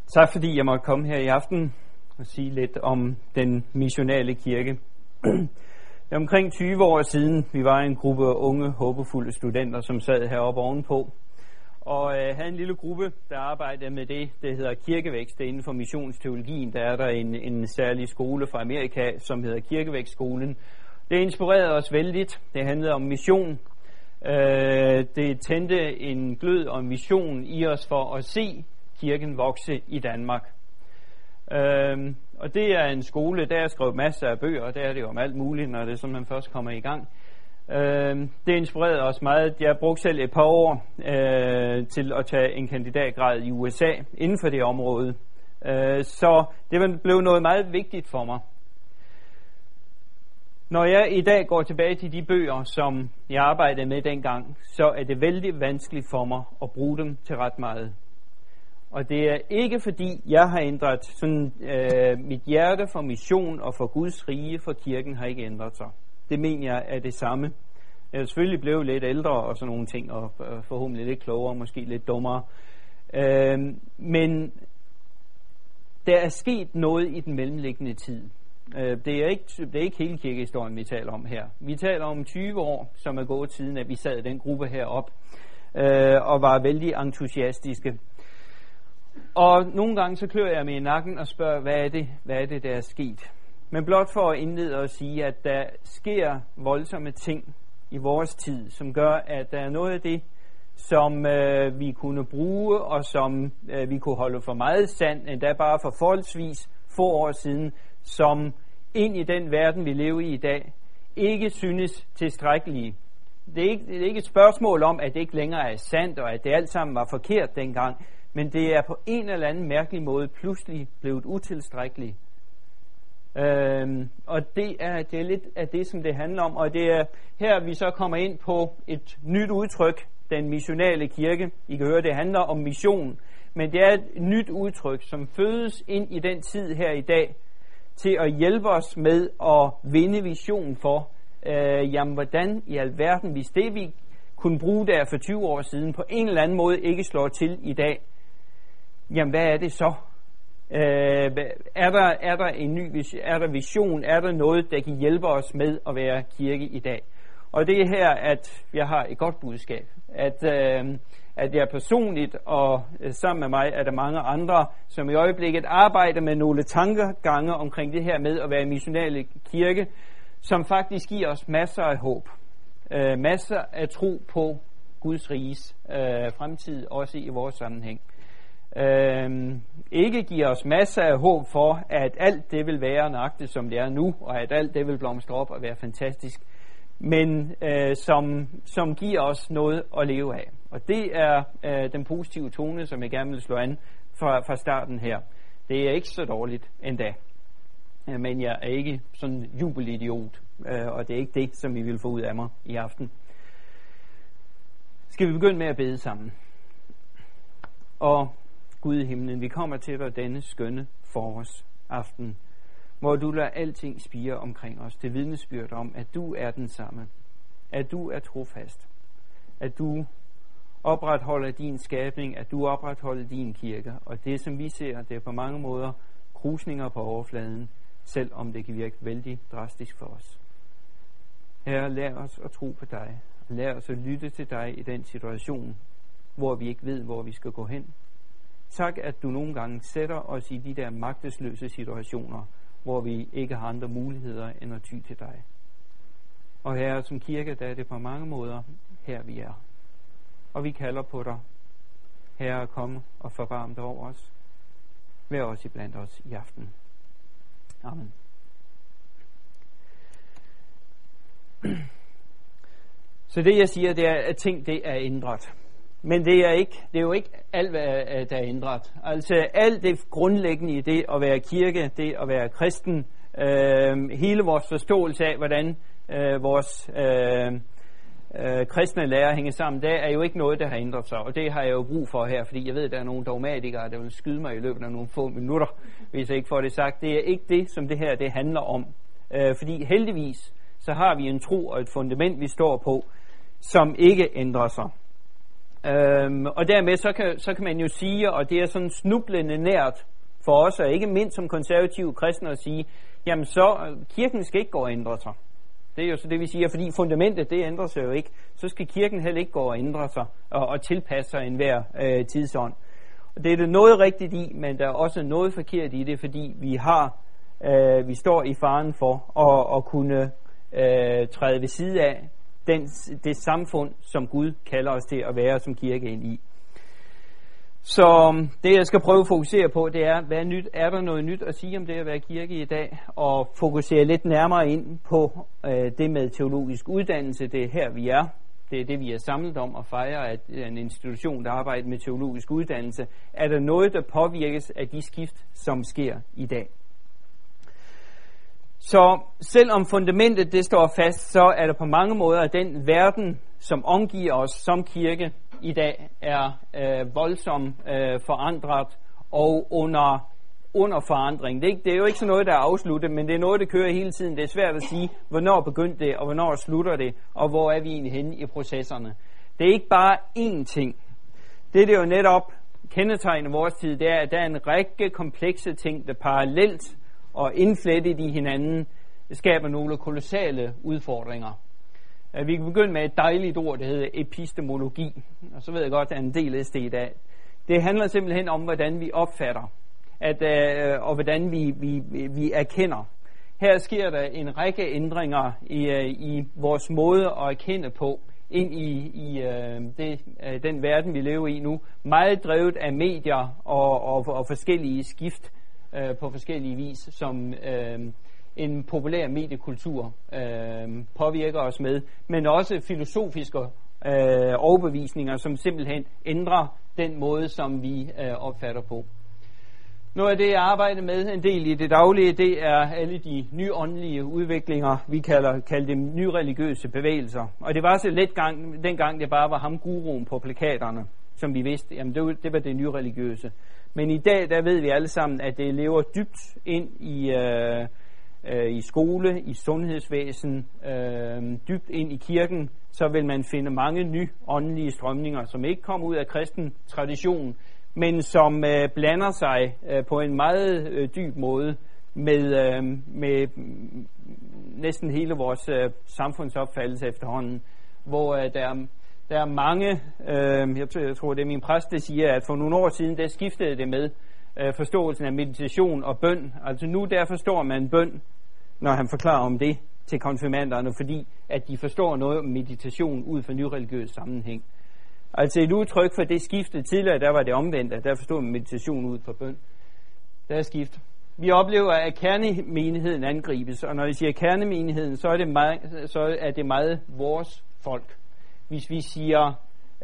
Tak fordi jeg måtte komme her i aften og sige lidt om den missionale kirke. Det er omkring 20 år siden, vi var en gruppe unge, håbefulde studenter, som sad heroppe ovenpå. Og havde en lille gruppe, der arbejdede med det, der hedder kirkevækst. Inden for missionsteologien, der er der en særlig skole fra Amerika, som hedder Kirkevækstskolen. Det inspirerede os vældigt. Det handlede om mission. Det tændte en glød og en mission i os for at se kirken vokse i Danmark. Og det er en skole, der er skrevet masser af bøger, og der er det jo om alt muligt, når det sådan, man først kommer i gang. Det inspirerede os meget. Jeg brugte selv et par år til at tage en kandidatgrad i USA inden for det område. Så det blev noget meget vigtigt for mig. Når jeg i dag går tilbage til de bøger, som jeg arbejdede med dengang, så er det vældig vanskeligt for mig at bruge dem til ret meget. Og det er ikke fordi, jeg har ændret sådan, mit hjerte for mission og for Guds rige for kirken har ikke ændret sig. Det mener jeg er det samme. Jeg er selvfølgelig blevet lidt ældre og sådan nogle ting, og forhåbentlig lidt klogere, måske lidt dummere. Men der er sket noget i den mellemliggende tid. Det er ikke hele kirkehistorien, vi taler om her. Vi taler om 20 år, som er gået siden, at vi sad i den gruppe herop og var vældig entusiastiske. Og nogle gange så klør jeg mig i nakken og spørger, hvad er det, der er sket? Men blot for at indlede og sige, at der sker voldsomme ting i vores tid, som gør, at der er noget af det, som vi kunne bruge, og som vi kunne holde for meget sandt, endda bare for forholdsvis få år siden, som ind i den verden, vi lever i dag, ikke synes tilstrækkelige. Det er ikke et spørgsmål om, at det ikke længere er sandt, og at det alt sammen var forkert dengang, men det er på en eller anden mærkelig måde pludselig blevet utilstrækkeligt. Og det er lidt af det, som det handler om, og det er her, vi så kommer ind på et nyt udtryk, den missionale kirke. I kan høre, det handler om mission, men det er et nyt udtryk, som fødes ind i den tid her i dag, til at hjælpe os med at vinde vision for, jamen hvordan i alverden, hvis det vi kunne bruge der for 20 år siden, på en eller anden måde ikke slår til i dag, jamen hvad er det så? Er der en ny vision? Er der vision? Er der noget, der kan hjælpe os med at være kirke i dag? Og det er her, at jeg har et godt budskab. At jeg personligt, og sammen med mig er der mange andre, som i øjeblikket arbejder med nogle tankegange omkring det her med at være missionale kirke, som faktisk giver os masser af håb. Masser af tro på Guds riges fremtid, også i vores sammenhæng. Ikke giver os masser af håb for, at alt det vil være nøjagtigt, som det er nu, og at alt det vil blomstre op og være fantastisk, men som giver os noget at leve af. Og det er den positive tone, som jeg gerne vil slå an fra starten her. Det er ikke så dårligt endda, men jeg er ikke sådan jubelidiot, og det er ikke det, som I vil få ud af mig i aften. Skal vi begynde med at bede sammen? Og Gud i himlen, vi kommer til dig denne skønne forårsaften, hvor du lader alting spire omkring os. Det vidnesbyrd om, at du er den samme. At du er trofast. At du opretholder din skabning. At du opretholder din kirke. Og det, som vi ser, det er på mange måder krusninger på overfladen, selvom det kan virke vældig drastisk for os. Herre, lær os at tro på dig. Lær os at lytte til dig i den situation, hvor vi ikke ved, hvor vi skal gå hen. Tak, at du nogle gange sætter os i de der magtesløse situationer, hvor vi ikke har andre muligheder end at ty til dig. Og Herre, som kirke, der er det på mange måder her vi er. Og vi kalder på dig. Herre, kom og forbarm dig over os. Vær også iblandt os i aften. Amen. Så det jeg siger, det er, at ting det er ændret. Men det er jo ikke alt, hvad der er ændret. Altså alt det grundlæggende i det at være kirke, det at være kristen, hele vores forståelse af, hvordan vores kristne lærer hænger sammen, det er jo ikke noget, der har ændret sig. Og det har jeg jo brug for her, fordi jeg ved, at der er nogle dogmatikere, der vil skyde mig i løbet af nogle få minutter, hvis jeg ikke får det sagt. Det er ikke det, som det her det handler om. Fordi heldigvis, så har vi en tro og et fundament, vi står på, som ikke ændrer sig. Og dermed så kan man jo sige, og det er sådan snublende nært for os, og ikke mindst som konservative kristne at sige, jamen så kirken skal ikke gå og ændre sig. Det er jo så det, vi siger, fordi fundamentet, det ændrer sig jo ikke. Så skal kirken heller ikke gå og ændre sig og tilpasse sig enhver tidsånd. Og det er det noget rigtigt i, men der er også noget forkert i det, fordi vi står i faren for at kunne træde ved side af det samfund, som Gud kalder os til at være som kirke ind i. Så det, jeg skal prøve at fokusere på, det er, hvad er nyt? Er der noget nyt at sige om det at være kirke i dag? Og fokusere lidt nærmere ind på det med teologisk uddannelse. Det er her, vi er. Det er det, vi er samlet om at fejre, at en institution, der arbejder med teologisk uddannelse. Er der noget, der påvirkes af de skift, som sker i dag? Så selvom fundamentet det står fast, så er der på mange måder, at den verden, som omgiver os som kirke i dag, er voldsomt forandret og under forandring. Det er jo ikke sådan noget, der er afsluttet, men det er noget, der kører hele tiden. Det er svært at sige, hvornår begyndte det, og hvornår slutter det, og hvor er vi egentlig henne i processerne. Det er ikke bare én ting. Det er jo netop kendetegnet vores tid, det er, at der er en række komplekse ting, der parallelt og indflettet i hinanden skaber nogle kolossale udfordringer. Vi kan begynde med et dejligt ord, der hedder epistemologi, og så ved jeg godt, at en del af det i dag. Det handler simpelthen om, hvordan vi opfatter, og hvordan vi erkender. Her sker der en række ændringer i vores måde at erkende på, ind i den verden, vi lever i nu. Meget drevet af medier og forskellige skift på forskellige vis, som en populær mediekultur påvirker os med, men også filosofiske overbevisninger, som simpelthen ændrer den måde, som vi opfatter på. Noget af det, jeg arbejder med en del i det daglige, det er alle de nyåndelige udviklinger, vi kalder dem nyreligiøse bevægelser. Og det var så let dengang det bare var ham guruen på plakaterne, som vi vidste, jamen det var det nyreligiøse. Men i dag, der ved vi alle sammen, at det lever dybt ind i skole, i sundhedsvæsen, dybt ind i kirken, så vil man finde mange nyåndelige strømninger, som ikke kommer ud af kristen tradition, men som blander sig på en meget dyb måde med næsten hele vores samfundsopfattelse efterhånden, hvor der er mange, jeg tror det er min præst, der siger, at for nogle år siden, der skiftede det med forståelsen af meditation og bøn. Altså nu der forstår man bøn, når han forklarer om det til konfirmanderne, fordi at de forstår noget om meditation ud fra nyreligiøs sammenhæng. Altså et udtryk for det skifte tidligere, der var det omvendt, at der forstod man meditation ud fra bøn. Der er skift. Vi oplever, at kernemenigheden angribes, og når jeg siger kernemenigheden, så er det meget vores folk. Hvis vi siger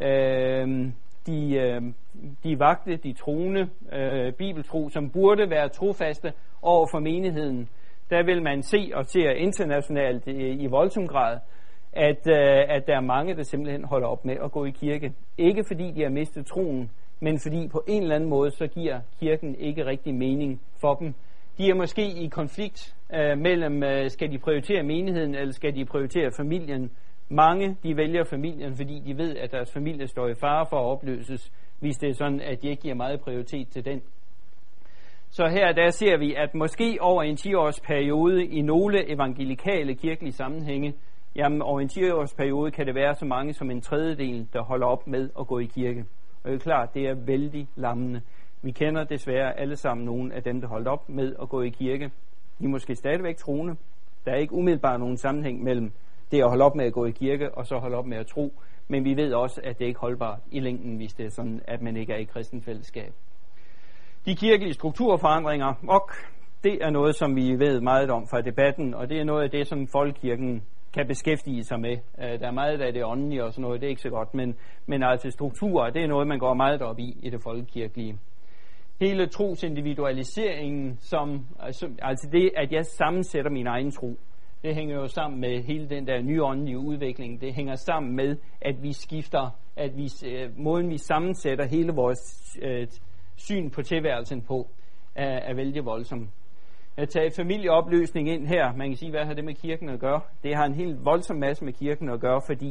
de vagte, de troende, bibeltro, som burde være trofaste over for menigheden, der vil man se og ser internationalt i voldsom grad, at der er mange, der simpelthen holder op med at gå i kirke. Ikke fordi de har mistet troen, men fordi på en eller anden måde, så giver kirken ikke rigtig mening for dem. De er måske i konflikt mellem, skal de prioritere menigheden, eller skal de prioritere familien. Mange, de vælger familien, fordi de ved, at deres familie står i fare for at opløses, hvis det er sådan, at de ikke giver meget prioritet til den. Så her der ser vi, at måske over en 10-års periode i nogle evangelikale kirkelige sammenhænge, jamen over en 10-års periode kan det være så mange som en tredjedel, der holder op med at gå i kirke. Og det er klart, det er vældig lammende. Vi kender desværre alle sammen nogle af dem, der holdt op med at gå i kirke. De er måske stadigvæk troende. Der er ikke umiddelbart nogen sammenhæng mellem det at holde op med at gå i kirke, og så holde op med at tro. Men vi ved også, at det ikke er holdbart i længden, hvis det er sådan, at man ikke er i kristen fællesskab. De kirkelige strukturforandringer, det er noget, som vi ved meget om fra debatten, og det er noget af det, som folkekirken kan beskæftige sig med. Der er meget af det åndelige og sådan noget, det er ikke så godt, men altså strukturer, det er noget, man går meget op i det folkekirkelige. Hele trosindividualiseringen, altså det, at jeg sammensætter min egen tro, det hænger jo sammen med hele den der nyåndelige udvikling. Det hænger sammen med, at vi skifter, måden vi sammensætter hele vores syn på tilværelsen på, er vældig voldsom. At tage familieopløsning ind her, man kan sige, hvad har det med kirken at gøre? Det har en helt voldsom masse med kirken at gøre, fordi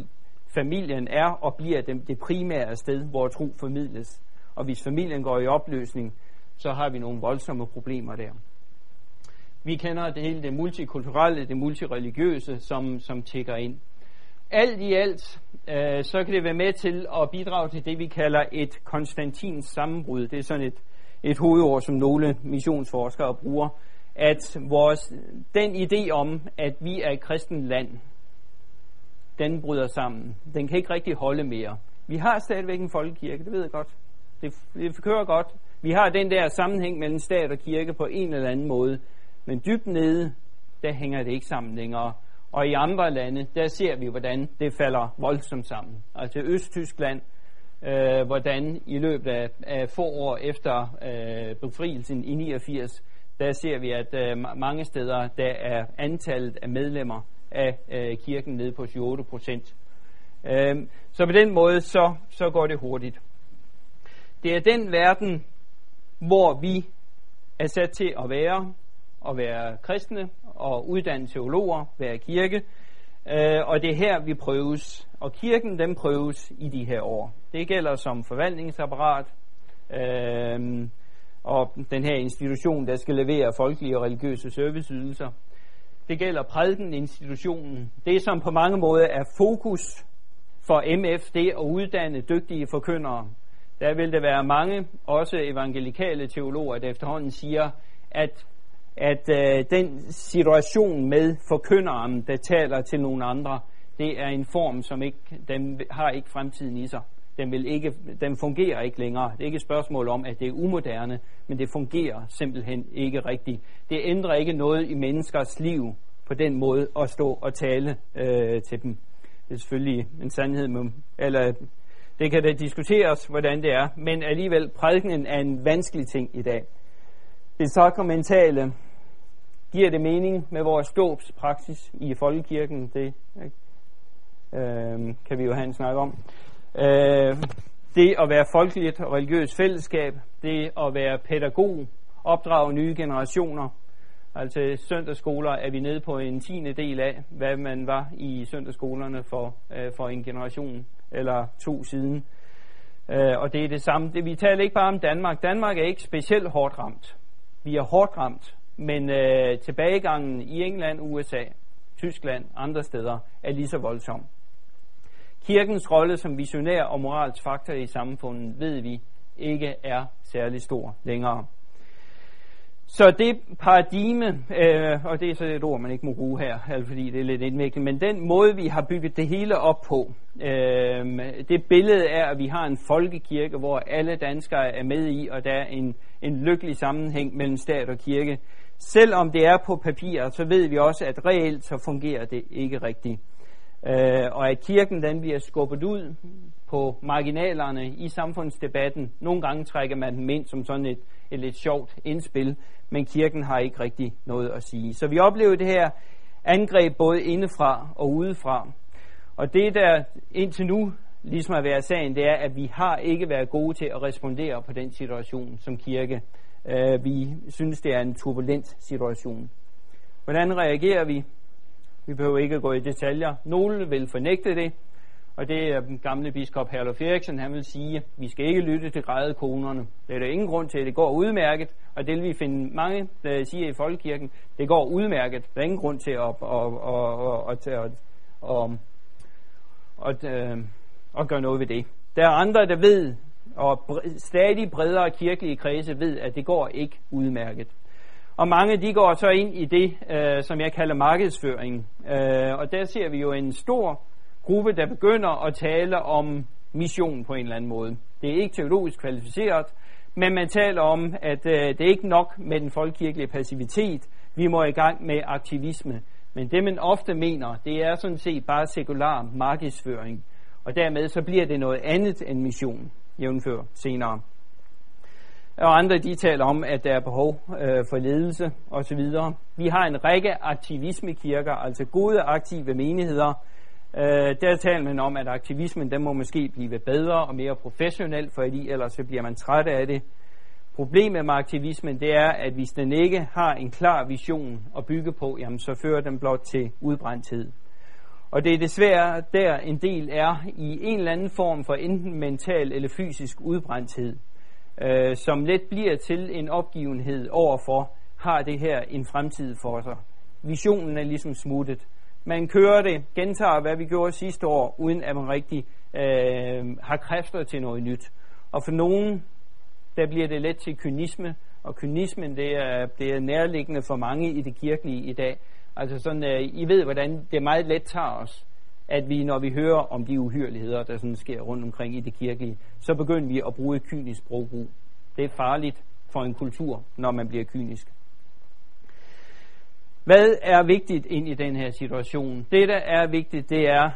familien er og bliver det primære sted, hvor tro formidles. Og hvis familien går i opløsning, så har vi nogle voldsomme problemer der. Vi kender det hele det multikulturelle, det multireligiøse, som tækker ind. Alt i alt, så kan det være med til at bidrage til det, vi kalder et Konstantins sammenbrud. Det er sådan et hovedord, som nogle missionsforskere bruger, at den idé om, at vi er et kristent land, den bryder sammen. Den kan ikke rigtig holde mere. Vi har stadigvæk en folkekirke, det ved jeg godt. Det kører godt. Vi har den der sammenhæng mellem stat og kirke på en eller anden måde. Men dybt nede, der hænger det ikke sammen længere. Og i andre lande, der ser vi, hvordan det falder voldsomt sammen. Altså Østtyskland, hvordan i løbet af få år efter befrielsen i 89, der ser vi, at mange steder, der er antallet af medlemmer af kirken nede på 28%. Så på den måde, så går det hurtigt. Det er den verden, hvor vi er sat til at være kristne og uddanne teologer, være kirke. Og det er her, vi prøves. Og kirken, den prøves i de her år. Det gælder som forvaltningsapparat, og den her institution, der skal levere folkelige og religiøse serviceydelser. Det gælder prædikeninstitutionen. Det, som på mange måder er fokus for MF, det at uddanne dygtige forkyndere. Der vil der være mange, også evangelikale teologer, der efterhånden siger, at den situation med forkynderen, der taler til nogle andre, det er en form, som den har ikke fremtiden i sig. Den fungerer ikke længere. Det er ikke et spørgsmål om, at det er umoderne, men det fungerer simpelthen ikke rigtigt. Det ændrer ikke noget i menneskers liv på den måde at stå og tale til dem. Det er selvfølgelig en sandhed, eller det kan da diskuteres, hvordan det er, men alligevel prædikenen er en vanskelig ting i dag. Det sakramentale, giver det mening med vores dåbspraksis i folkekirken? Det kan vi jo have en snak om. Det at være folkeligt og religiøst fællesskab, det at være pædagog, opdrage nye generationer. Altså søndagsskoler er vi nede på en 10. af, hvad man var i søndagsskolerne for en generation eller to siden. Og det er det samme. Vi taler ikke bare om Danmark. Danmark er ikke specielt hårdt ramt. Vi er hårdt ramt, men tilbagegangen i England, USA, Tyskland, andre steder er lige så voldsom. Kirkens rolle som visionær og moralsk faktor i samfundet, ved vi, ikke er særlig stor længere. Så det paradigme, og det er så et ord, man ikke må bruge her, altså fordi det er lidt indviklet, men den måde, vi har bygget det hele op på, det billede er, at vi har en folkekirke, hvor alle danskere er med i, og der er en lykkelig sammenhæng mellem stat og kirke. Selvom det er på papir, så ved vi også, at reelt så fungerer det ikke rigtigt. Og at kirken den bliver skubbet ud på marginalerne i samfundsdebatten. Nogle gange trækker man dem ind som sådan et lidt sjovt indspil, men kirken har ikke rigtig noget at sige. Så vi oplever det her angreb både indefra og udefra. Og det der indtil nu ligesom at være sagen, det er, at vi har ikke været gode til at respondere på den situation som kirke. Vi synes, det er en turbulent situation. Hvordan reagerer vi? Vi behøver ikke at gå i detaljer. Nogle vil fornægte det, og det er den gamle biskop Herluf Eriksen, han vil sige, at vi skal ikke lytte til grædekonerne. Det er der ingen grund til, det går udmærket, og det vil vi finde mange, der siger i folkekirken, det går udmærket. Der er ingen grund til at gøre noget ved det. Der er andre, der ved, og stadig bredere kirkelige kredse ved, at det går ikke udmærket. Og mange de går så ind i det, som jeg kalder markedsføring. Og der ser vi jo en stor gruppe, der begynder at tale om mission på en eller anden måde. Det er ikke teologisk kvalificeret, men man taler om, at det er ikke nok med den folkekirkelige passivitet. Vi må i gang med aktivisme. Men det man ofte mener, det er sådan set bare sekular markedsføring. Og dermed så bliver det noget andet end mission, jævnfør senere. Og andre de taler om, at der er behov for ledelse osv. Vi har en række aktivismekirker, altså gode aktive menigheder. Der taler man om, at aktivismen den må måske blive bedre og mere professionel, fordi ellers så bliver man træt af det. Problemet med aktivismen det er, at hvis den ikke har en klar vision at bygge på, jamen, så fører den blot til udbrændthed. Og det er desværre der en del er i en eller anden form for enten mental eller fysisk udbrændthed, som let bliver til en opgivenhed overfor, har det her en fremtid for sig. Visionen er ligesom smuttet. Man kører det, gentager hvad vi gjorde sidste år, uden at man rigtig har kræfter til noget nyt. Og for nogen, der bliver det let til kynisme, og kynismen det er nærliggende for mange i det kirkelige i dag. Altså sådan, I ved, hvordan det meget let tager os, at vi, når vi hører om de uhyrligheder, der sådan sker rundt omkring i det kirkelige, så begynder vi at bruge kynisk sprogbrug. Det er farligt for en kultur, når man bliver kynisk. Hvad er vigtigt ind i den her situation? Det, der er vigtigt, det er,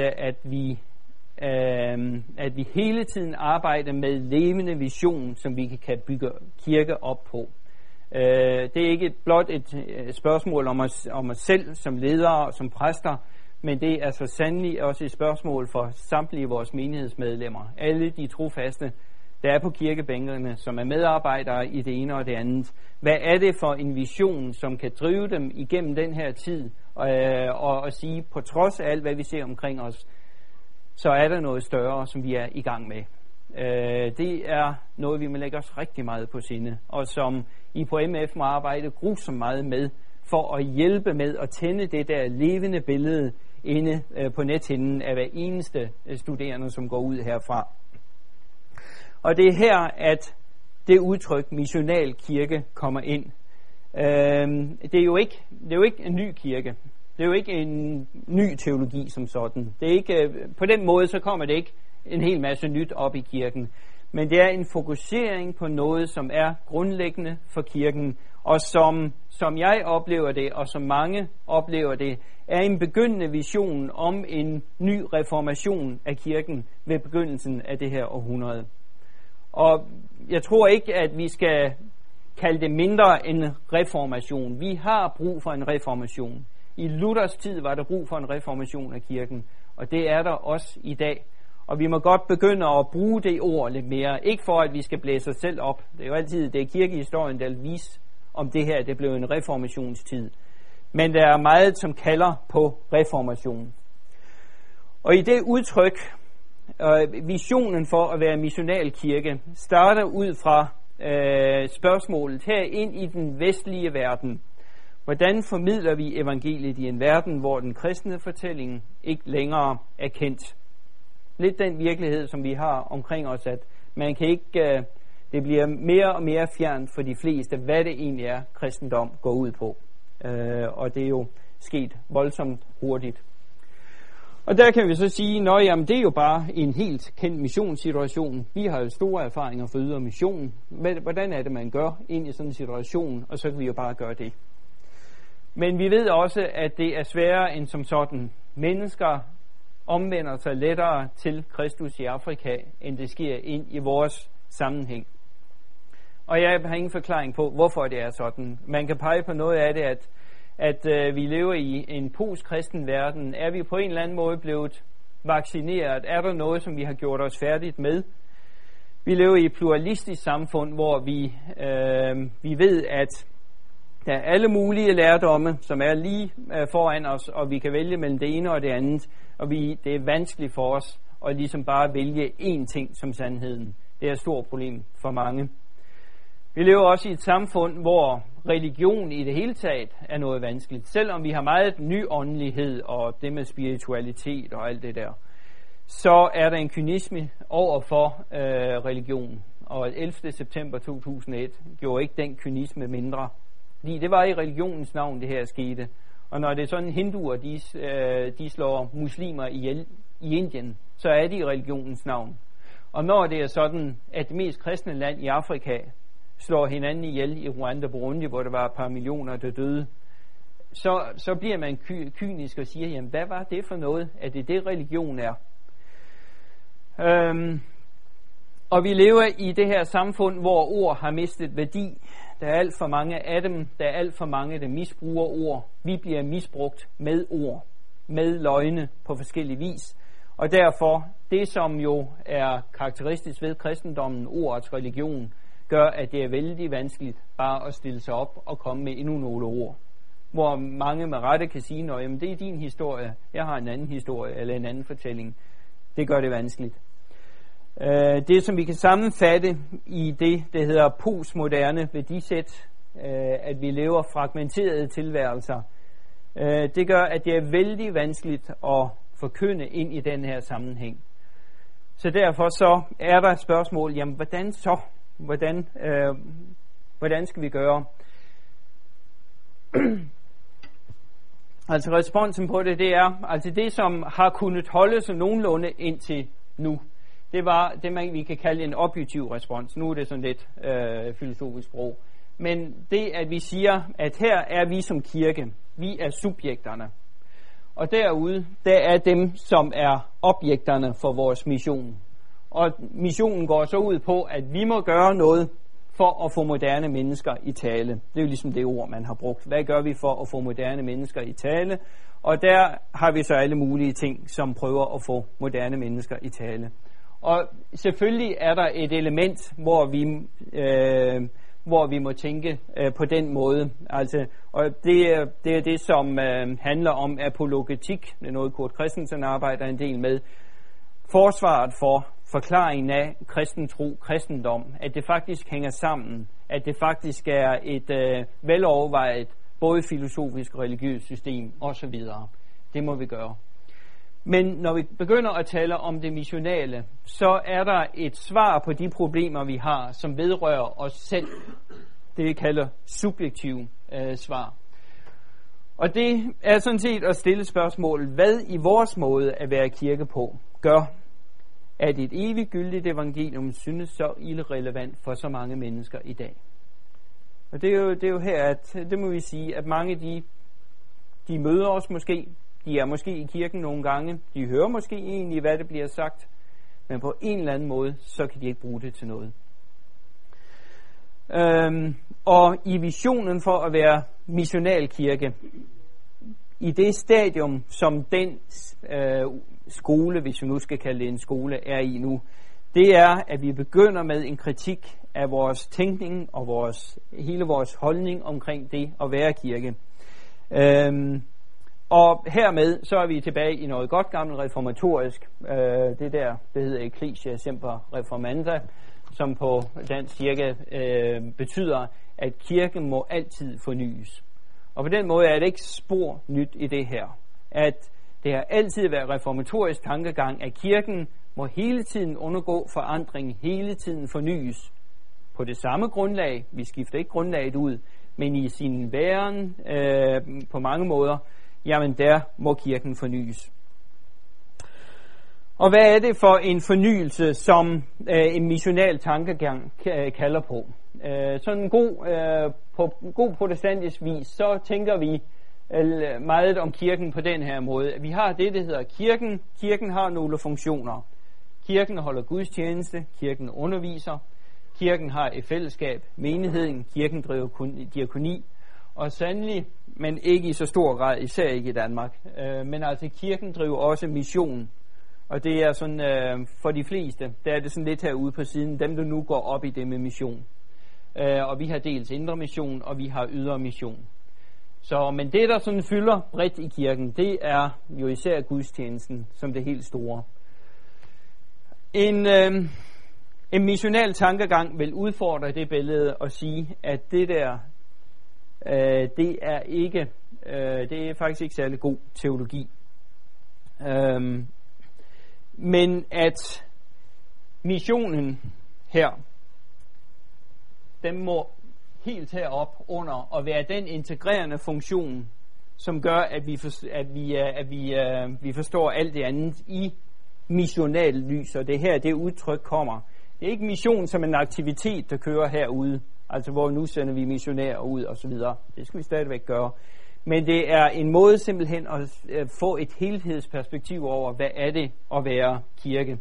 at vi hele tiden arbejder med levende vision, som vi kan bygge kirke op på. Det er ikke blot et spørgsmål om os selv som ledere og som præster, men det er så sandelig også et spørgsmål for samtlige vores menighedsmedlemmer. Alle de trofaste, der er på kirkebænkerne, som er medarbejdere i det ene og det andet. Hvad er det for en vision, som kan drive dem igennem den her tid og sige, på trods af alt, hvad vi ser omkring os, så er der noget større, som vi er i gang med. Det er noget, vi må lægge os rigtig meget på sinde, og som I på MF må arbejde grusomt meget med, for at hjælpe med at tænde det der levende billede inde på nethinden af hver eneste studerende, som går ud herfra. Og det er her, at det udtryk missional kirke kommer ind. Det er jo ikke en ny kirke. Det er jo ikke en ny teologi som sådan. Det er ikke, på den måde så kommer det ikke en hel masse nyt op i kirken. Men det er en fokusering på noget, som er grundlæggende for kirken, og som jeg oplever det, og som mange oplever det, er en begyndende vision om en ny reformation af kirken ved begyndelsen af det her århundrede. Og jeg tror ikke, at vi skal kalde det mindre end reformation. Vi har brug for en reformation. I Luthers tid var der brug for en reformation af kirken, og det er der også i dag. Og vi må godt begynde at bruge det ord lidt mere. Ikke for, at vi skal blæse os selv op. Det er jo altid det er kirkehistorien, der vil vise, om det her det blev en reformationstid. Men der er meget, som kalder på reformation. Og i det udtryk, visionen for at være missional kirke, starter ud fra spørgsmålet her ind i den vestlige verden. Hvordan formidler vi evangeliet i en verden, hvor den kristne fortælling ikke længere er kendt? Lidt den virkelighed, som vi har omkring os, at man kan ikke, det bliver mere og mere fjernt for de fleste, hvad det egentlig er, kristendom går ud på. Og det er jo sket voldsomt hurtigt. Og der kan vi så sige, jamen det er jo bare en helt kendt missionssituation. Vi har jo store erfaringer for ydre mission. Hvordan er det, man gør ind i sådan en situation, og så kan vi jo bare gøre det. Men vi ved også, at det er sværere end som sådan. Mennesker omvender sig lettere til Kristus i Afrika, end det sker ind i vores sammenhæng. Og jeg har ingen forklaring på, hvorfor det er sådan. Man kan pege på noget af det, at vi lever i en postkristen verden. Er vi på en eller anden måde blevet vaccineret? Er der noget, som vi har gjort os færdigt med? Vi lever i et pluralistisk samfund, hvor vi ved, at der er alle mulige lærdomme, som er lige foran os, og vi kan vælge mellem det ene og det andet. Og det er vanskeligt for os at ligesom bare vælge én ting som sandheden. Det er et stort problem for mange. Vi lever også i et samfund, hvor religion i det hele taget er noget vanskeligt. Selvom vi har meget nyåndelighed og det med spiritualitet og alt det der, så er der en kynisme over for religion. Og 11. september 2001 gjorde ikke den kynisme mindre. Fordi det var i religionens navn, det her skete. Og når det er sådan, hinduer, de slår muslimer ihjel i Indien, så er det i religionens navn. Og når det er sådan, at det mest kristne land i Afrika slår hinanden ihjel i Rwanda og Burundi, hvor der var et par millioner, der døde, så bliver man kynisk og siger, jamen hvad var det for noget? Er det religion er? Og vi lever i det her samfund, hvor ord har mistet værdi. Der er alt for mange af dem. Der er alt for mange, der misbruger ord. Vi bliver misbrugt med ord, med løgne på forskellige vis. Og derfor, det som jo er karakteristisk ved kristendommen, ordets religion, gør, at det er vældig vanskeligt bare at stille sig op og komme med endnu nogle ord. hvor mange med rette kan sige, nå, jamen det er din historie, jeg har en anden historie, eller en anden fortælling. Det gør det vanskeligt. Det, som vi kan sammenfatte i det, der hedder postmoderne værdisæt, at vi lever fragmenterede tilværelser, det gør, at det er vældig vanskeligt at forkynde ind i den her sammenhæng. Så derfor så er der et spørgsmål, jamen hvordan så? Hvordan skal vi gøre? Altså responsen på det er, altså det som har kunnet holde sig nogenlunde indtil nu, det var det, vi kan kalde en objektiv respons. Nu er det sådan lidt filosofisk sprog. Men det, at vi siger, at her er vi som kirke, vi er subjekterne. Og derude, der er dem, som er objekterne for vores mission. Og missionen går så ud på, at vi må gøre noget for at få moderne mennesker i tale. Det er jo ligesom det ord, man har brugt. Hvad gør vi for at få moderne mennesker i tale? Og der har vi så alle mulige ting, som prøver at få moderne mennesker i tale. Og selvfølgelig er der et element, hvor vi må tænke på den måde. Altså, og det er det, som handler om apologetik. Det er noget, Kurt Christensen arbejder en del med. Forsvaret for forklaringen af kristen tro, kristendom, at det faktisk hænger sammen, at det faktisk er et velovervejet, både filosofisk og religiøst system osv. Det må vi gøre. Men når vi begynder at tale om det missionale, så er der et svar på de problemer, vi har, som vedrører os selv. Det vi kalder subjektiv svar. Og det er sådan set at stille spørgsmål, hvad i vores måde at være kirke på gør, at et evigt gyldigt evangelium synes så irrelevant for så mange mennesker i dag. Og det er jo her, at det må vi sige, at mange de møder os måske, de er måske i kirken nogle gange, de hører måske egentlig, hvad det bliver sagt, men på en eller anden måde, så kan de ikke bruge det til noget. Og i visionen for at være missionalkirke, i det stadium, som den skole, hvis vi nu skal kalde det en skole, er i nu, det er, at vi begynder med en kritik af vores tænkning og hele vores holdning omkring det at være kirke. Og hermed så er vi tilbage i noget godt gammelt reformatorisk. Det hedder Ecclesia Semper Reformanda, som på dansk cirka betyder, at kirken må altid fornyes. Og på den måde er det ikke spor nyt i det her, at det har altid været reformatorisk tankegang, at kirken må hele tiden undergå forandring, hele tiden fornyes. På det samme grundlag, vi skifter ikke grundlaget ud, men i sin væren på mange måder, jamen der må kirken fornyes. Og hvad er det for en fornyelse, som en missional tankegang kalder på? Sådan på god protestantisk vis, så tænker vi meget om kirken på den her måde. Vi har det, der hedder kirken. Kirken har nogle funktioner. Kirken holder gudstjeneste, kirken underviser, kirken har et fællesskab, menigheden, kirken driver diakoni, og sandelig, men ikke i så stor grad, især ikke i Danmark, men altså kirken driver også mission. Og det er sådan, for de fleste, der er det sådan lidt herude på siden, dem der nu går op i det med mission. Og vi har dels indre mission, og vi har ydre mission. Men det, der sådan fylder bredt i kirken, det er jo især gudstjenesten som det helt store. En missional tankegang vil udfordre det billede og sige, at det der, det er faktisk ikke særlig god teologi. Men at missionen her, den må helt herop under at være den integrerende funktion, som gør, at vi forstår alt det andet i missional lys, og det her, det udtryk kommer. Det er ikke mission som en aktivitet, der kører herude, altså hvor nu sender vi missionærer ud og så videre. Det skal vi stadigvæk gøre. Men det er en måde simpelthen at få et helhedsperspektiv over, hvad er det at være kirke.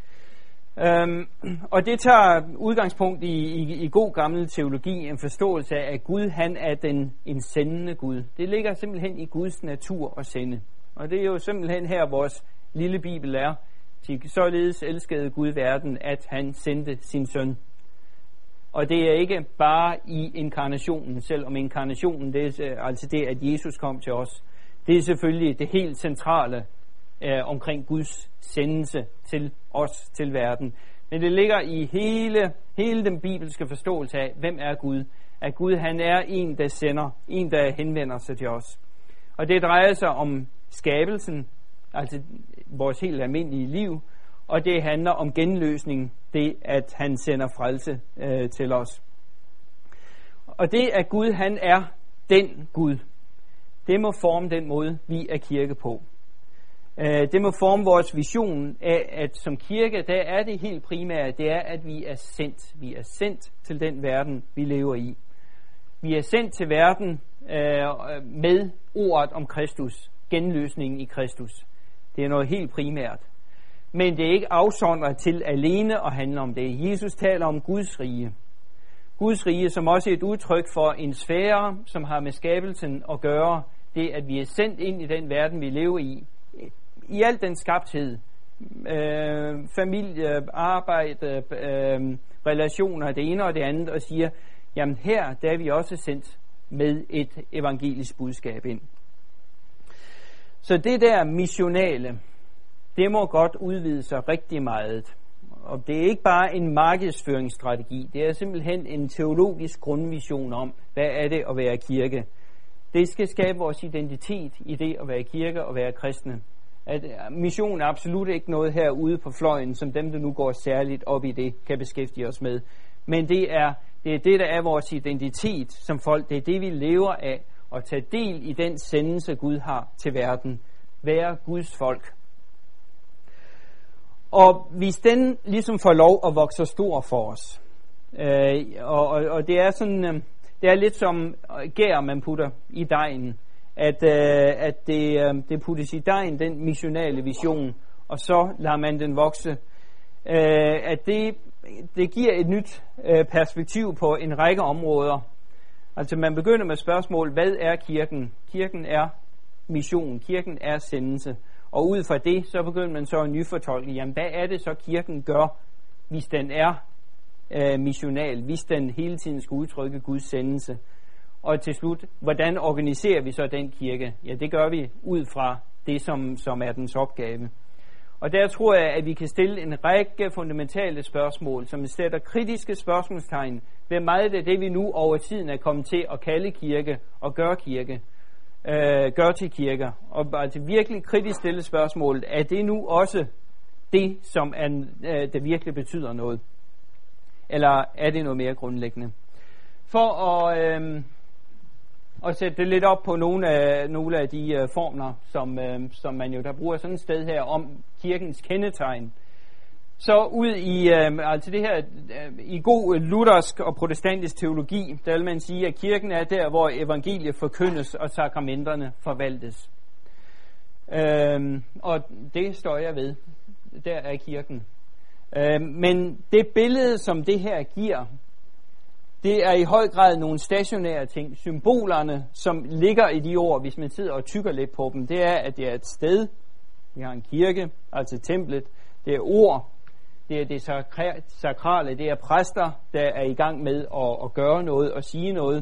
Og det tager udgangspunkt i god gammel teologi, en forståelse af, at Gud, han er en sendende Gud. Det ligger simpelthen i Guds natur at sende. Og det er jo simpelthen her, vores lille bibel er. Således elskede Gud verden, at han sendte sin søn. Og det er ikke bare i inkarnationen, selvom inkarnationen, det er altså det, at Jesus kom til os. Det er selvfølgelig det helt centrale omkring Guds sendelse til os, til verden. Men det ligger i hele den bibelske forståelse af, hvem er Gud? At Gud, han er en, der sender, en, der henvender sig til os. Og det drejer sig om skabelsen, altså vores helt almindelige liv, og det handler om genløsning, det at han sender frelse til os. Og det at Gud, han er den Gud, det må forme den måde, vi er kirke på. Det må forme vores vision af, at som kirke, der er det helt primære, det er, at vi er sendt. Vi er sendt til den verden, vi lever i. Vi er sendt til verden med ordet om Kristus, genløsningen i Kristus. Det er noget helt primært. Men det er ikke afsondret til alene at handle om det. Jesus taler om Guds rige. Guds rige, som også er et udtryk for en sfære, som har med skabelsen at gøre. Det, at vi er sendt ind i den verden, vi lever i. I al den skabthed. Familie, arbejde, relationer, det ene og det andet, og siger, jamen her, der er vi også sendt med et evangelisk budskab ind. Så det der missionale, det må godt udvide sig rigtig meget. Og det er ikke bare en markedsføringsstrategi, det er simpelthen en teologisk grundvision om, hvad er det at være kirke. Det skal skabe vores identitet i det at være kirke og være kristne. At mission er absolut ikke noget herude på fløjen, som dem, der nu går særligt op i det, kan beskæftige os med. Men det er det, der er vores identitet som folk. Det er det, vi lever af, at tage del i den sendelse, Gud har til verden. Være Guds folk. Og hvis den ligesom får lov at vokse stor for os, og det er sådan, det er lidt som gær, man putter i dejen, at det puttes i dejen, den missionale vision, og så lader man den vokse. At det giver et nyt perspektiv på en række områder. Altså man begynder med spørgsmål, hvad er kirken? Kirken er mission, kirken er sendelse. Og ud fra det, så begynder man så at nyfortolke, jamen hvad er det så kirken gør, hvis den er missional, hvis den hele tiden skal udtrykke Guds sendelse. Og til slut, hvordan organiserer vi så den kirke? Ja, det gør vi ud fra det, som er dens opgave. Og der tror jeg, at vi kan stille en række fundamentale spørgsmål, som sætter kritiske spørgsmålstegn ved meget af det, vi nu over tiden er kommet til at kalde kirke og gøre til kirker. Og altså virkelig kritisk stille spørgsmålet, er det nu også det, som det virkelig betyder noget? Eller er det noget mere grundlæggende? For at sætte det lidt op på nogle af de formler, som man jo der bruger sådan et sted her om kirkens kendetegn, så ud i altså det her i god luthersk og protestantisk teologi, der vil man sige, at kirken er der, hvor evangeliet forkyndes og sakramenterne forvaltes. Og det står jeg ved. Der er kirken. Men det billede, som det her giver, det er i høj grad nogle stationære ting. Symbolerne, som ligger i de ord, hvis man sidder og tykker lidt på dem, det er, at det er et sted. Vi har en kirke, altså templet. Det er ord. Det er det sakrale. Det er præster, der er i gang med at gøre noget og sige noget.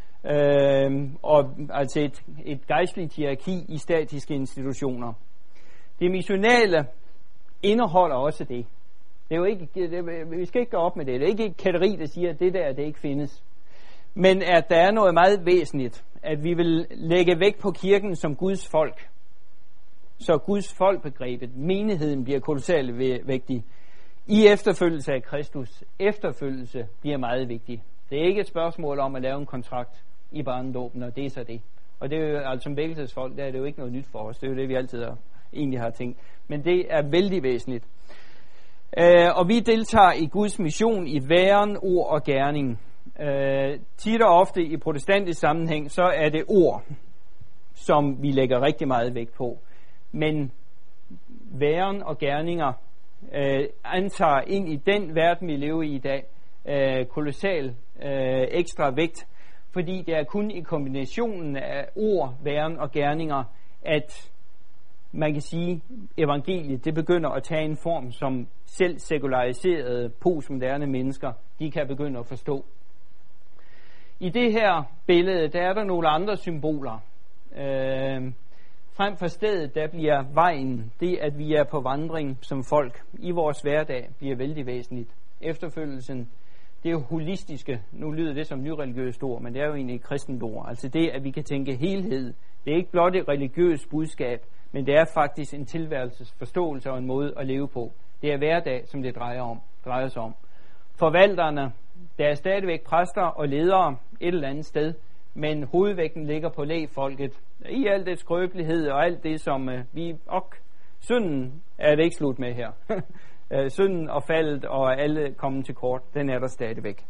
Og altså et gejstligt hierarki i statiske institutioner. Det missionale indeholder også det. Det er jo ikke, vi skal ikke gå op med det. Det er ikke et kætteri, der siger, at det der, det ikke findes. Men at der er noget meget væsentligt, at vi vil lægge vægt på kirken som Guds folk. Så Guds folkebegrebet, menigheden, bliver kolossalt vigtig. I efterfølgelse af Kristus. Efterfølgelse bliver meget vigtig. Det er ikke et spørgsmål om at lave en kontrakt i barnedåben, og det er så det. Og det er jo, altså som vækkelsesfolk, der er det jo ikke noget nyt for os. Det er jo det, vi altid egentlig har tænkt. Men det er vældig væsentligt. Og vi deltager i Guds mission i væren, ord og gerning. Tit og ofte i protestantisk sammenhæng, så er det ord, som vi lægger rigtig meget vægt på. Men væren og gerninger antager ind i den verden, vi lever i dag, kolossal ekstra vægt, fordi det er kun i kombinationen af ord, væren og gerninger, at man kan sige, evangeliet, det begynder at tage en form, som selv sekulariserede postmoderne mennesker, de kan begynde at forstå. I det her billede, der er der nogle andre symboler. Frem for stedet, der bliver vejen, det at vi er på vandring som folk i vores hverdag, bliver vældig væsentligt. Efterfølgelsen, det er jo holistiske, nu lyder det som nyreligiøst ord, men det er jo egentlig et kristent ord. Altså det, at vi kan tænke helhed. Det er ikke blot et religiøst budskab, men det er faktisk en tilværelsesforståelse og en måde at leve på. Det er hverdag, som det drejer sig om. Forvalterne, der er stadigvæk præster og ledere et eller andet sted, men hovedvægten ligger på lægfolket. I al det skrøbelighed og alt det, som synden er det ikke slut med her. Synden og faldet og alle kommet til kort, den er der stadigvæk.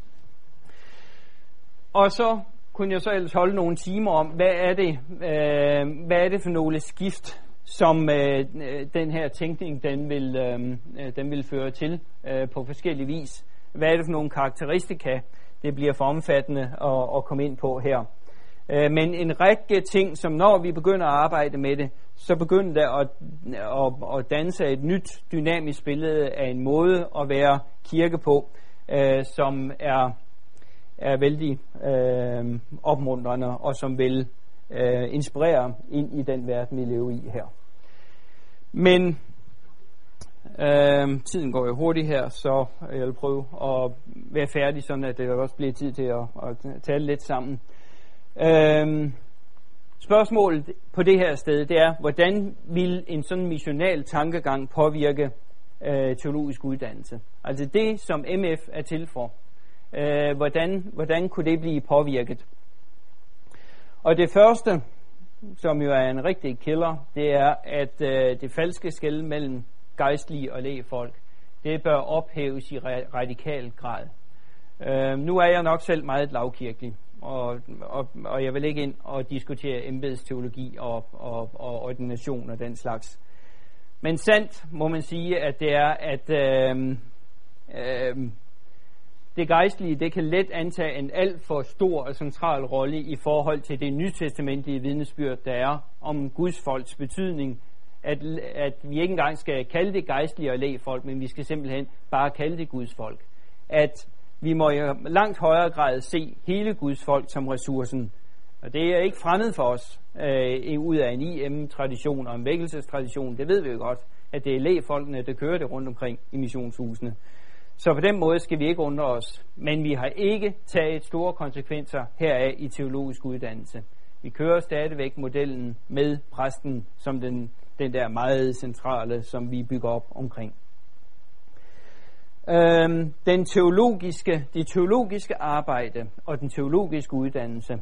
Og så kunne jeg så ellers holde nogle timer om, hvad er det for nogle skift, som den her tænkning, den vil føre til på forskellige vis. Hvad er det for nogle karakteristika, det bliver for omfattende at komme ind på her. Men en række ting, som når vi begynder at arbejde med det, så begynder der at danse et nyt dynamisk billede af en måde at være kirke på, som er vældig opmuntrende og som vil inspirere ind i den verden, vi lever i her. Men tiden går jo hurtigt her, så jeg vil prøve at være færdig, sådan at det også bliver tid til at tale lidt sammen. Spørgsmålet på det her sted, det er, hvordan vil en sådan missional tankegang påvirke teologisk uddannelse? Altså det, som MF er til for. Hvordan kunne det blive påvirket? Og det første, som jo er en rigtig killer, det er, at det falske skel mellem gejstlige og lægfolk, det bør ophæves i radikal grad. Nu er jeg nok selv meget lavkirkelig, og jeg vil ikke ind og diskutere embedsteologi og ordination og den slags. Men sandt må man sige, at det er, at det gejstlige, det kan let antage en alt for stor og central rolle i forhold til det nytestamentlige vidnesbyrd, der er om Guds folks betydning, at vi ikke engang skal kalde det gejstlige og lægfolk, men vi skal simpelthen bare kalde det Guds folk. At vi må i langt højere grad se hele Guds folk som ressourcen. Og det er ikke fremmed for os ud af en IM-tradition og en vækkelsestradition. Det ved vi jo godt, at det er lægfolkene, der kører det rundt omkring i missionshusene. Så på den måde skal vi ikke undre os. Men vi har ikke taget store konsekvenser heraf i teologisk uddannelse. Vi kører stadigvæk modellen med præsten som den der meget centrale, som vi bygger op omkring. Det teologiske arbejde og den teologiske uddannelse,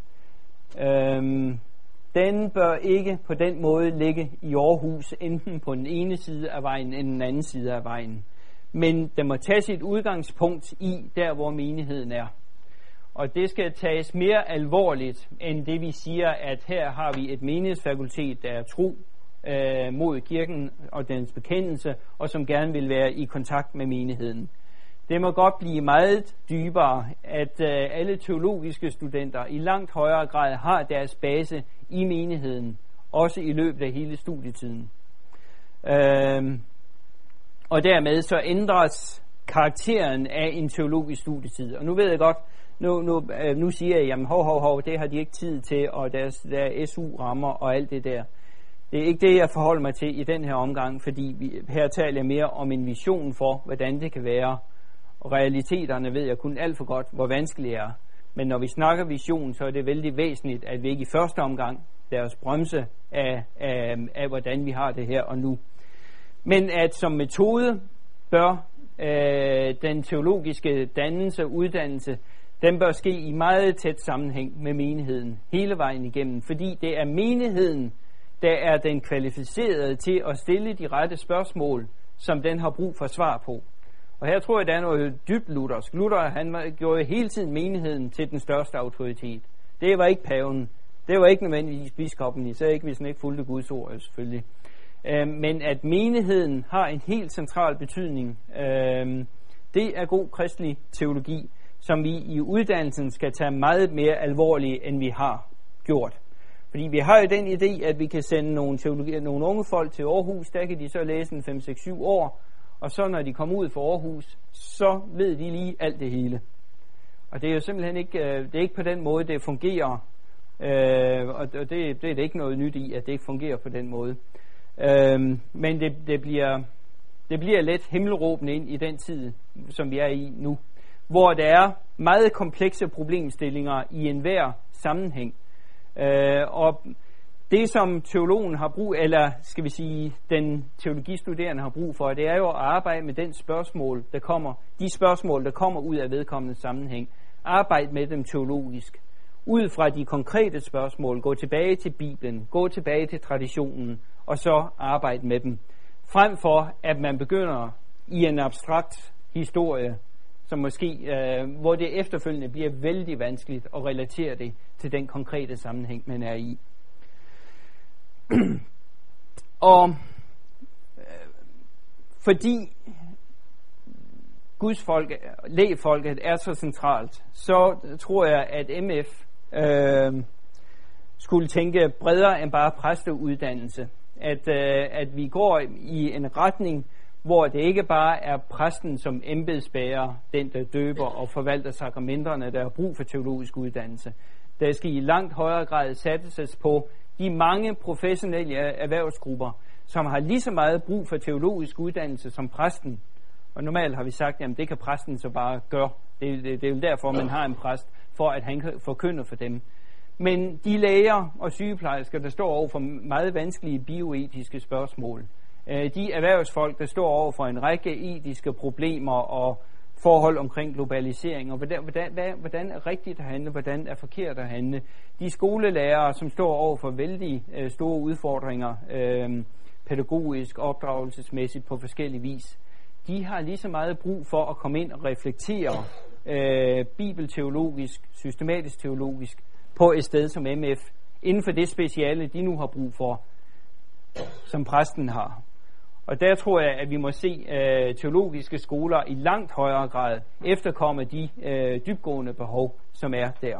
den bør ikke på den måde ligge i Aarhus, enten på den ene side af vejen eller den anden side af vejen. Men den må tage sit udgangspunkt i der, hvor menigheden er. Og det skal tages mere alvorligt, end det vi siger, at her har vi et menighedsfakultet, der er tro mod kirken og dens bekendelse, og som gerne vil være i kontakt med menigheden. Det må godt blive meget dybere, at alle teologiske studenter i langt højere grad har deres base i menigheden, også i løbet af hele studietiden. Og dermed så ændres karakteren af en teologisk studietid. Og nu ved jeg godt, nu siger jeg, jamen hov, det har de ikke tid til, og der er SU-rammer og alt det der. Det er ikke det, jeg forholder mig til i den her omgang, fordi her taler jeg mere om en vision for, hvordan det kan være. Og realiteterne ved jeg kun alt for godt, hvor vanskeligt det er. Men når vi snakker vision, så er det vældig væsentligt, at vi ikke i første omgang lader os bremse af hvordan vi har det her og nu. Men at som metode bør den teologiske dannelse og uddannelse, den bør ske i meget tæt sammenhæng med menigheden hele vejen igennem, fordi det er menigheden, der er den kvalificerede til at stille de rette spørgsmål, som den har brug for svar på. Og her tror jeg, der er noget dybt luthersk. Luther, han gjorde hele tiden menigheden til den største autoritet. Det var ikke paven. Det var ikke nødvendigvis biskoppen, især ikke, hvis han ikke fulgte Guds ord, selvfølgelig. Men at menigheden har en helt central betydning, det er god kristelig teologi, som vi i uddannelsen skal tage meget mere alvorligt, end vi har gjort. Fordi vi har jo den idé, at vi kan sende nogle unge folk til Aarhus, der kan de så læse en 5-6-7 år, og så når de kommer ud fra Aarhus, så ved de lige alt det hele. Og det er jo simpelthen ikke, det er ikke på den måde, det fungerer, og det er det ikke noget nyt i, at det ikke fungerer på den måde. Men det bliver let himmelråbende ind i den tid, som vi er i nu, hvor der er meget komplekse problemstillinger i enhver sammenhæng. Og det, som teologen har brug, eller skal vi sige, den teologistuderende har brug for, det er jo at arbejde med de spørgsmål, der kommer ud af vedkommende sammenhæng. Arbejde med dem teologisk. Ud fra de konkrete spørgsmål, gå tilbage til Bibelen, gå tilbage til traditionen, og så arbejde med dem. Frem for, at man begynder i en abstrakt historie, som måske, hvor det efterfølgende bliver vældig vanskeligt at relatere det til den konkrete sammenhæng, man er i. Og fordi Guds folk, lægfolket er så centralt, så tror jeg, at MF skulle tænke bredere end bare præsteuddannelse. At vi går i en retning, hvor det ikke bare er præsten som embedsbærer, den der døber og forvalter sakramenterne, der har brug for teologisk uddannelse. Der skal i langt højere grad satses på de mange professionelle erhvervsgrupper, som har lige så meget brug for teologisk uddannelse som præsten. Og normalt har vi sagt, at det kan præsten så bare gøre. Det er jo derfor, man har en præst, for at han kan forkynde for dem. Men de læger og sygeplejersker, der står over for meget vanskelige bioetiske spørgsmål, de erhvervsfolk, der står over for en række etiske problemer og forhold omkring globalisering, og hvordan er rigtigt at handle, hvordan er forkert at handle. De skolelærere, som står over for vældig store udfordringer, pædagogisk, opdragelsesmæssigt på forskellige vis, de har lige så meget brug for at komme ind og reflektere bibelteologisk, systematisk teologisk, på et sted som MF, inden for det speciale, de nu har brug for, som præsten har. Og der tror jeg, at vi må se teologiske skoler i langt højere grad efterkomme de dybgående behov, som er der.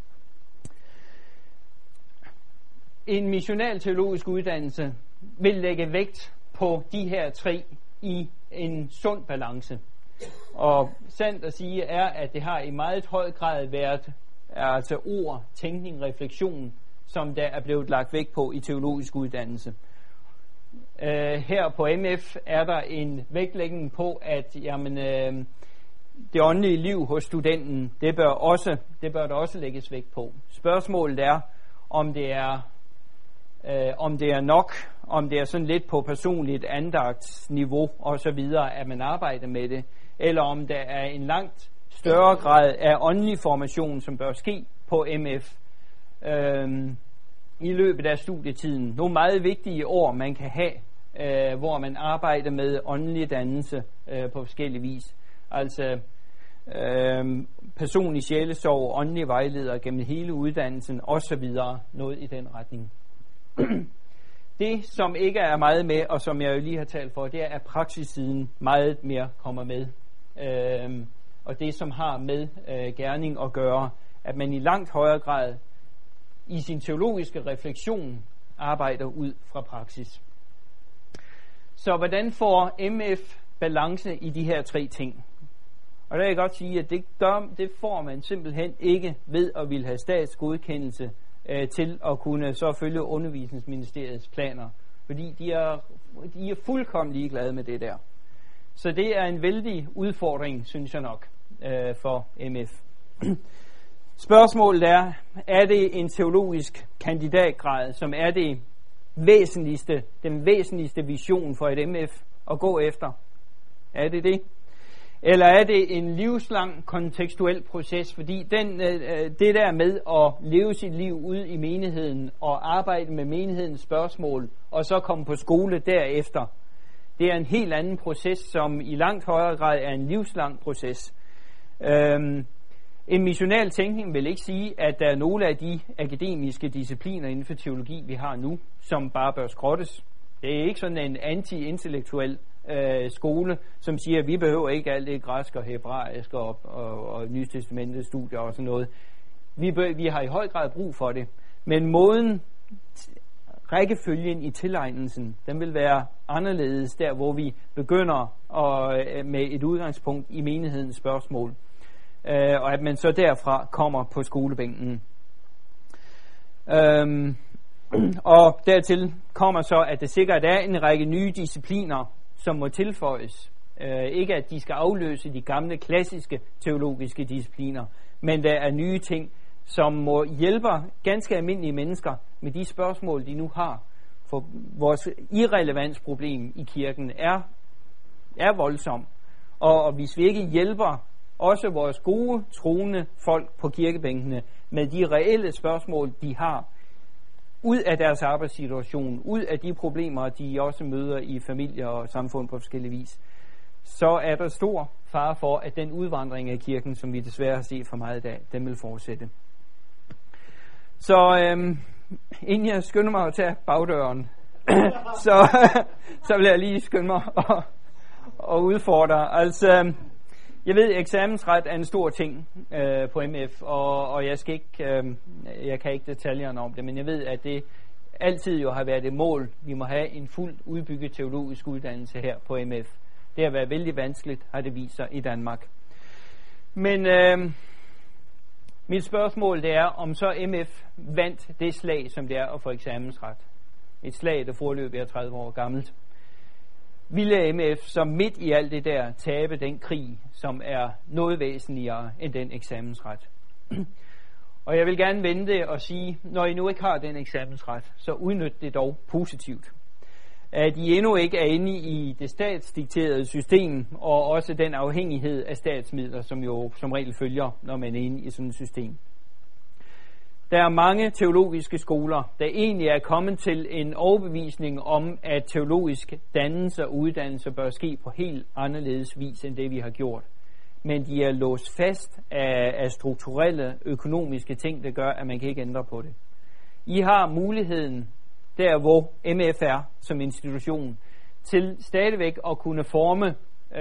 En missional teologisk uddannelse vil lægge vægt på de her tre i en sund balance. Og sandt at sige er, at det har i meget høj grad været altså ord, tænkning, refleksion, som der er blevet lagt vægt på i teologisk uddannelse. Her på MF er der en vægtlægning på, at det åndelige liv hos studenten, det bør der også lægges vægt på. Spørgsmålet er, om det er nok, om det er sådan lidt på personligt andagtsniveau og så videre, at man arbejder med det, eller om der er en langt større grad af åndelig formation, som bør ske på MF i løbet af studietiden. Nogle meget vigtige år, man kan have, hvor man arbejder med åndelig dannelse på forskellige vis. Altså personlig sjælesorg, åndelig vejleder gennem hele uddannelsen osv. Noget i den retning. Det, som ikke er meget med, og som jeg jo lige har talt for, det er, at praksissiden meget mere kommer med. Og det, som har med gerning at gøre, at man i langt højere grad i sin teologiske refleksion arbejder ud fra praksis. Så hvordan får MF balance i de her tre ting? Og der kan jeg godt sige, at det får man simpelthen ikke ved at ville have statsgodkendelse til at kunne så følge undervisningsministeriets planer. Fordi de er fuldkommen ligeglade med det der. Så det er en vældig udfordring, synes jeg nok, for MF. Spørgsmålet er det en teologisk kandidatgrad, som er den væsentligste vision for et MF at gå efter? Er det det? Eller er det en livslang kontekstuel proces? Fordi det der med at leve sit liv ude i menigheden og arbejde med menighedens spørgsmål, og så komme på skole derefter, det er en helt anden proces, som i langt højere grad er en livslang proces. En missional tænkning vil ikke sige, at der er nogle af de akademiske discipliner inden for teologi, vi har nu, som bare bør skrottes. Det er ikke sådan en anti-intellektuel skole, som siger, at vi behøver ikke alt det græsk og hebraisk og Nytestamentets studier og sådan noget. Vi har i høj grad brug for det. Men måden rækkefølgen i tilegnelsen, den vil være anderledes der, hvor vi begynder med et udgangspunkt i menighedens spørgsmål, og at man så derfra kommer på skolebænken. Og dertil kommer så, at det sikkert er en række nye discipliner, som må tilføjes. Ikke at de skal afløse de gamle klassiske teologiske discipliner, men der er nye ting, som må hjælpe ganske almindelige mennesker med de spørgsmål, de nu har. For vores irrelevansproblem i kirken er voldsom. Og hvis vi ikke hjælper også vores gode, troende folk på kirkebænkene med de reelle spørgsmål, de har, ud af deres arbejdssituation, ud af de problemer, de også møder i familier og samfund på forskellige vis, så er der stor fare for, at den udvandring af kirken, som vi desværre har set for meget i dag, den vil fortsætte. Så inden jeg skynder mig at tage bagdøren, så vil jeg lige skynde mig og udfordre. Altså, jeg ved, at eksamensret er en stor ting på MF, og jeg kan ikke detaljerne om det, men jeg ved, at det altid jo har været et mål. Vi må have en fuldt udbygget teologisk uddannelse her på MF. Det har været vældig vanskeligt, har det vist sig i Danmark. Men mit spørgsmål det er, om så MF vandt det slag, som det er at få eksamensret. Et slag, der foreløbig er 30 år gammelt. Ville MF så midt i alt det der tabe den krig, som er noget væsentligere end den eksamensret? Og jeg vil gerne vente og sige, når I nu ikke har den eksamensret, så udnyt det dog positivt. At I endnu ikke er inde i det statsdikterede system, og også den afhængighed af statsmidler, som jo som regel følger, når man er inde i sådan et system. Der er mange teologiske skoler, der egentlig er kommet til en overbevisning om, at teologisk dannelse og uddannelse bør ske på helt anderledes vis, end det vi har gjort. Men de er låst fast af strukturelle økonomiske ting, der gør, at man kan ikke ændre på det. I har muligheden, der hvor MF er som institution, til stadigvæk at kunne forme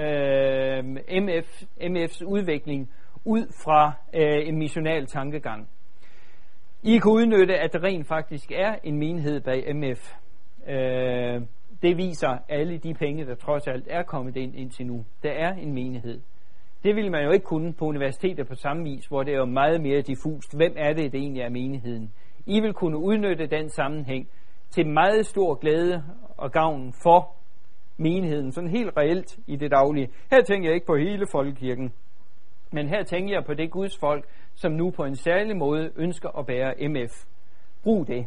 MF's udvikling ud fra en missional tankegang. I kan udnytte, at der rent faktisk er en menighed bag MF. Det viser alle de penge, der trods alt er kommet ind indtil nu. Der er en menighed. Det ville man jo ikke kunne på universiteter på samme vis, hvor det er jo meget mere diffust. Hvem er det egentlig er menigheden? I vil kunne udnytte den sammenhæng til meget stor glæde og gavn for menigheden, sådan helt reelt i det daglige. Her tænker jeg ikke på hele folkekirken, men her tænker jeg på det Guds folk, som nu på en særlig måde ønsker at bære MF. Brug det.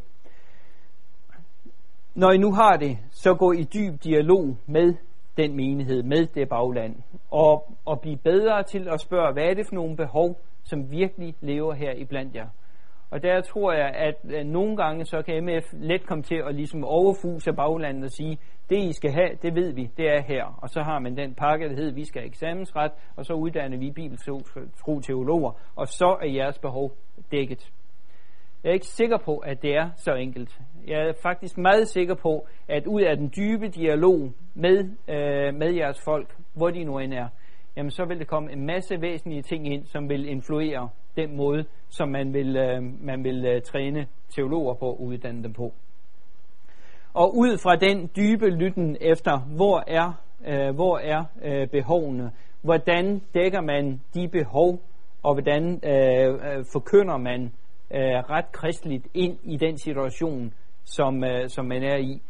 Når I nu har det, så gå i dyb dialog med den menighed, med det bagland, og blive bedre til at spørge, hvad er det for nogle behov, som virkelig lever her iblandt jer. Og der tror jeg, at nogle gange så kan MF let komme til at ligesom overfuse baglandet og sige, det I skal have, det ved vi, det er her. Og så har man den pakke, der hedder, vi skal have eksamensret, og så uddanner vi bibeltro teologer, og så er jeres behov dækket. Jeg er ikke sikker på, at det er så enkelt. Jeg er faktisk meget sikker på, at ud af den dybe dialog med jeres folk, hvor de nu end er, jamen så vil der komme en masse væsentlige ting ind, som vil influere den måde, som man vil træne teologer på og uddanne dem på. Og ud fra den dybe lytten efter, hvor er behovene, hvordan dækker man de behov, og hvordan forkynder man ret kristeligt ind i den situation, som man er i.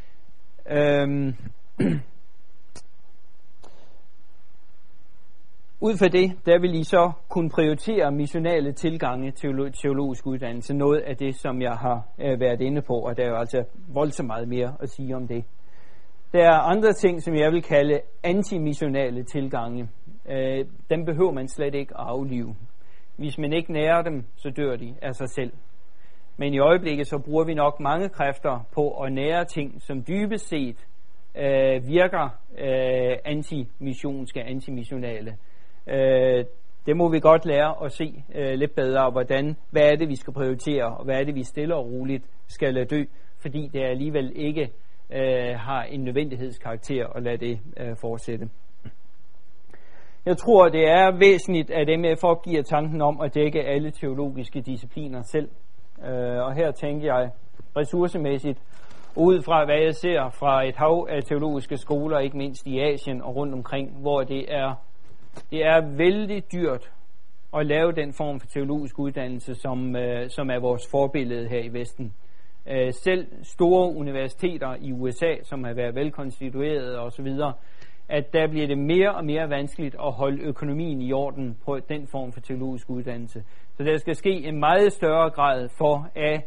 Ud fra det, der vil I så kunne prioritere missionale tilgange til teologisk uddannelse. Noget af det, som jeg har været inde på, og der er jo altså voldsomt meget mere at sige om det. Der er andre ting, som jeg vil kalde antimissionale tilgange. Dem behøver man slet ikke at aflive. Hvis man ikke nærer dem, så dør de af sig selv. Men i øjeblikket så bruger vi nok mange kræfter på at nære ting, som dybest set virker antimissionske, antimissionale. Det må vi godt lære at se lidt bedre, hvad er det, vi skal prioritere, og hvad er det, vi stille og roligt skal lade dø, fordi det alligevel ikke har en nødvendighedskarakter at lade det fortsætte. Jeg tror, det er væsentligt, at MF opgiver tanken om at dække alle teologiske discipliner selv. Og her tænker jeg ressourcemæssigt, ud fra hvad jeg ser fra et hav af teologiske skoler, ikke mindst i Asien og rundt omkring, hvor det er vældig dyrt at lave den form for teologisk uddannelse, som er vores forbillede her i Vesten. Selv store universiteter i USA, som har været velkonstituerede osv., at der bliver det mere og mere vanskeligt at holde økonomien i orden på den form for teologisk uddannelse. Så der skal ske en meget større grad af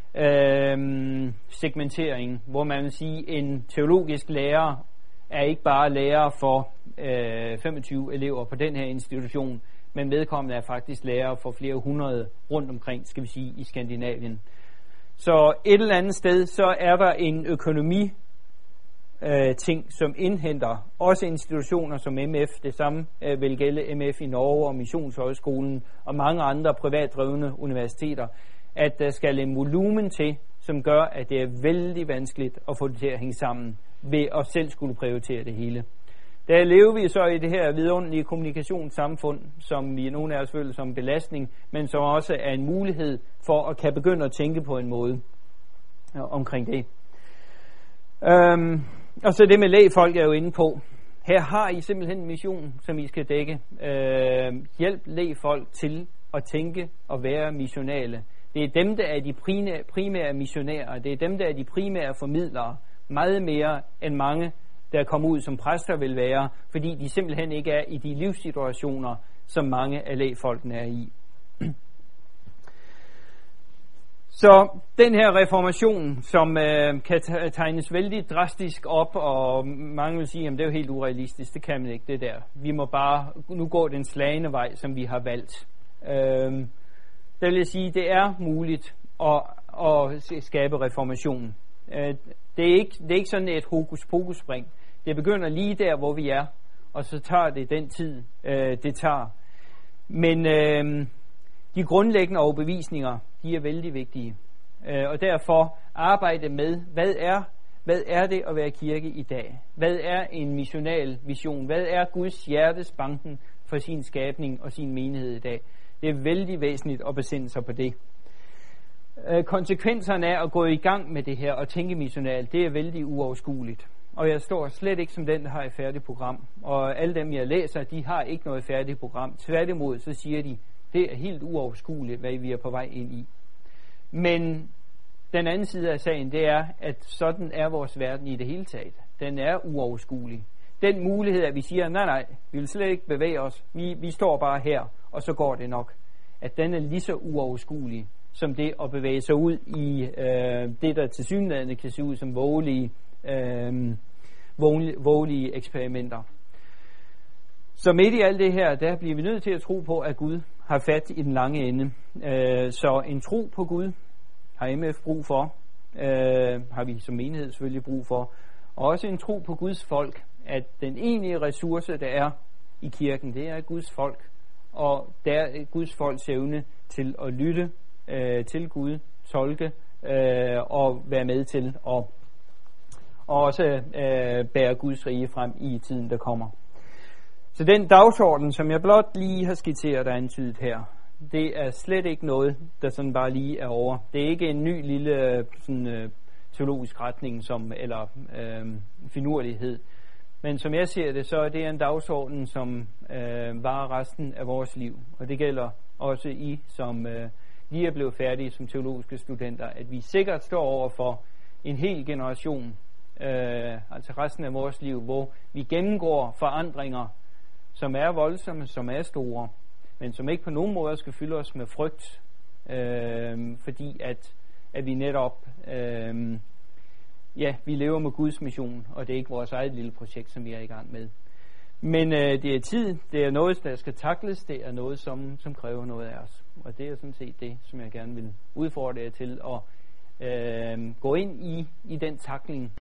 segmentering, hvor man vil sige, en teologisk lærer er ikke bare lærer for 25 elever på den her institution, men vedkommende er faktisk lærer for flere hundrede rundt omkring, skal vi sige, i Skandinavien. Så et eller andet sted, så er der en økonomi ting, som indhenter også institutioner som MF. Det samme vil gælde MF i Norge og Missionshøjskolen og mange andre privatdrevne universiteter, at der skal en volumen til, som gør, at det er vældig vanskeligt at få det til at hænge sammen ved at selv skulle prioritere det hele. Der lever vi så i det her vidunderlige kommunikationssamfund, som vi nogle af os føler som belastning, men som også er en mulighed for at kan begynde at tænke på en måde omkring det. Og så det med lægfolk er jo inde på. Her har I simpelthen en mission, som I skal dække. Hjælp lægfolk til at tænke og være missionale. Det er dem, der er de primære missionærer. Det er dem, der er de primære formidlere. Meget mere end mange, der kommer ud som præster vil være, fordi de simpelthen ikke er i de livssituationer, som mange af lægfolkene er i. Så den her reformation, som kan tegnes vældig drastisk op, og mange vil sige, at det er jo helt urealistisk, det kan man ikke, det der. Vi må bare nu gå den slagne vej, som vi har valgt. Der vil jeg sige, det er muligt at skabe reformation. Det er ikke sådan et hokus-pokus-spring. Det begynder lige der, hvor vi er, og så tager det den tid, det tager. Men de grundlæggende overbevisninger, de er vældig vigtige. Og derfor arbejde med, hvad er det at være kirke i dag? Hvad er en missional vision? Hvad er Guds hjertes banken for sin skabning og sin menighed i dag? Det er vældig væsentligt at besinde sig på det. Konsekvenserne af at gå i gang med det her og tænke missionalt, det er vældig uoverskueligt. Og jeg står slet ikke som den, der har et færdigt program. Og alle dem, jeg læser, de har ikke noget færdigt program. Tværtimod, så siger de, det er helt uoverskueligt, hvad vi er på vej ind i. Men den anden side af sagen, det er, at sådan er vores verden i det hele taget. Den er uoverskuelig. Den mulighed, at vi siger, nej, vi vil slet ikke bevæge os. Vi står bare her, og så går det nok. At den er lige så uoverskuelig, som det at bevæge sig ud i det, der tilsyneladende kan se ud som vågelige eksperimenter. Så midt i alt det her, der bliver vi nødt til at tro på, at Gud har fat i den lange ende. Så en tro på Gud har MF brug for, har vi som menighed selvfølgelig brug for, og også en tro på Guds folk, at den egentlige ressource, der er i kirken, det er Guds folk, og der er Guds folks evne til at lytte til Gud, tolke og være med til at også bære Guds rige frem i tiden, der kommer. Så den dagsorden, som jeg blot lige har skitseret og antydet her, det er slet ikke noget, der sådan bare lige er over. Det er ikke en ny lille sådan, teologisk retning eller finurlighed. Men som jeg ser det, så er det en dagsorden, som varer resten af vores liv. Og det gælder også I, som lige er blevet færdige som teologiske studenter, at vi sikkert står over for en hel generation, altså resten af vores liv, hvor vi gennemgår forandringer, som er voldsomme, som er store, men som ikke på nogen måde skal fylde os med frygt, fordi at vi netop vi lever med Guds mission, og det er ikke vores eget lille projekt, som vi er i gang med. Men det er tid, det er noget, der skal takles, det er noget, som kræver noget af os. Og det er sådan set det, som jeg gerne vil udfordre jer til at gå ind i den takling.